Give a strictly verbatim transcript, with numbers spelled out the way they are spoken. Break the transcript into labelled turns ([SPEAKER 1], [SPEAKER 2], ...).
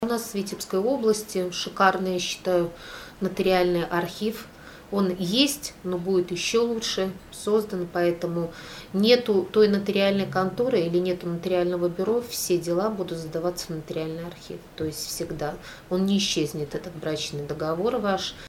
[SPEAKER 1] У нас в Витебской области шикарный, я считаю, нотариальный архив. Он есть, но будет еще лучше создан, поэтому нету той нотариальной конторы или нету нотариального бюро, все дела будут сдаваться в нотариальный архив. То есть всегда он не исчезнет, этот брачный договор ваш.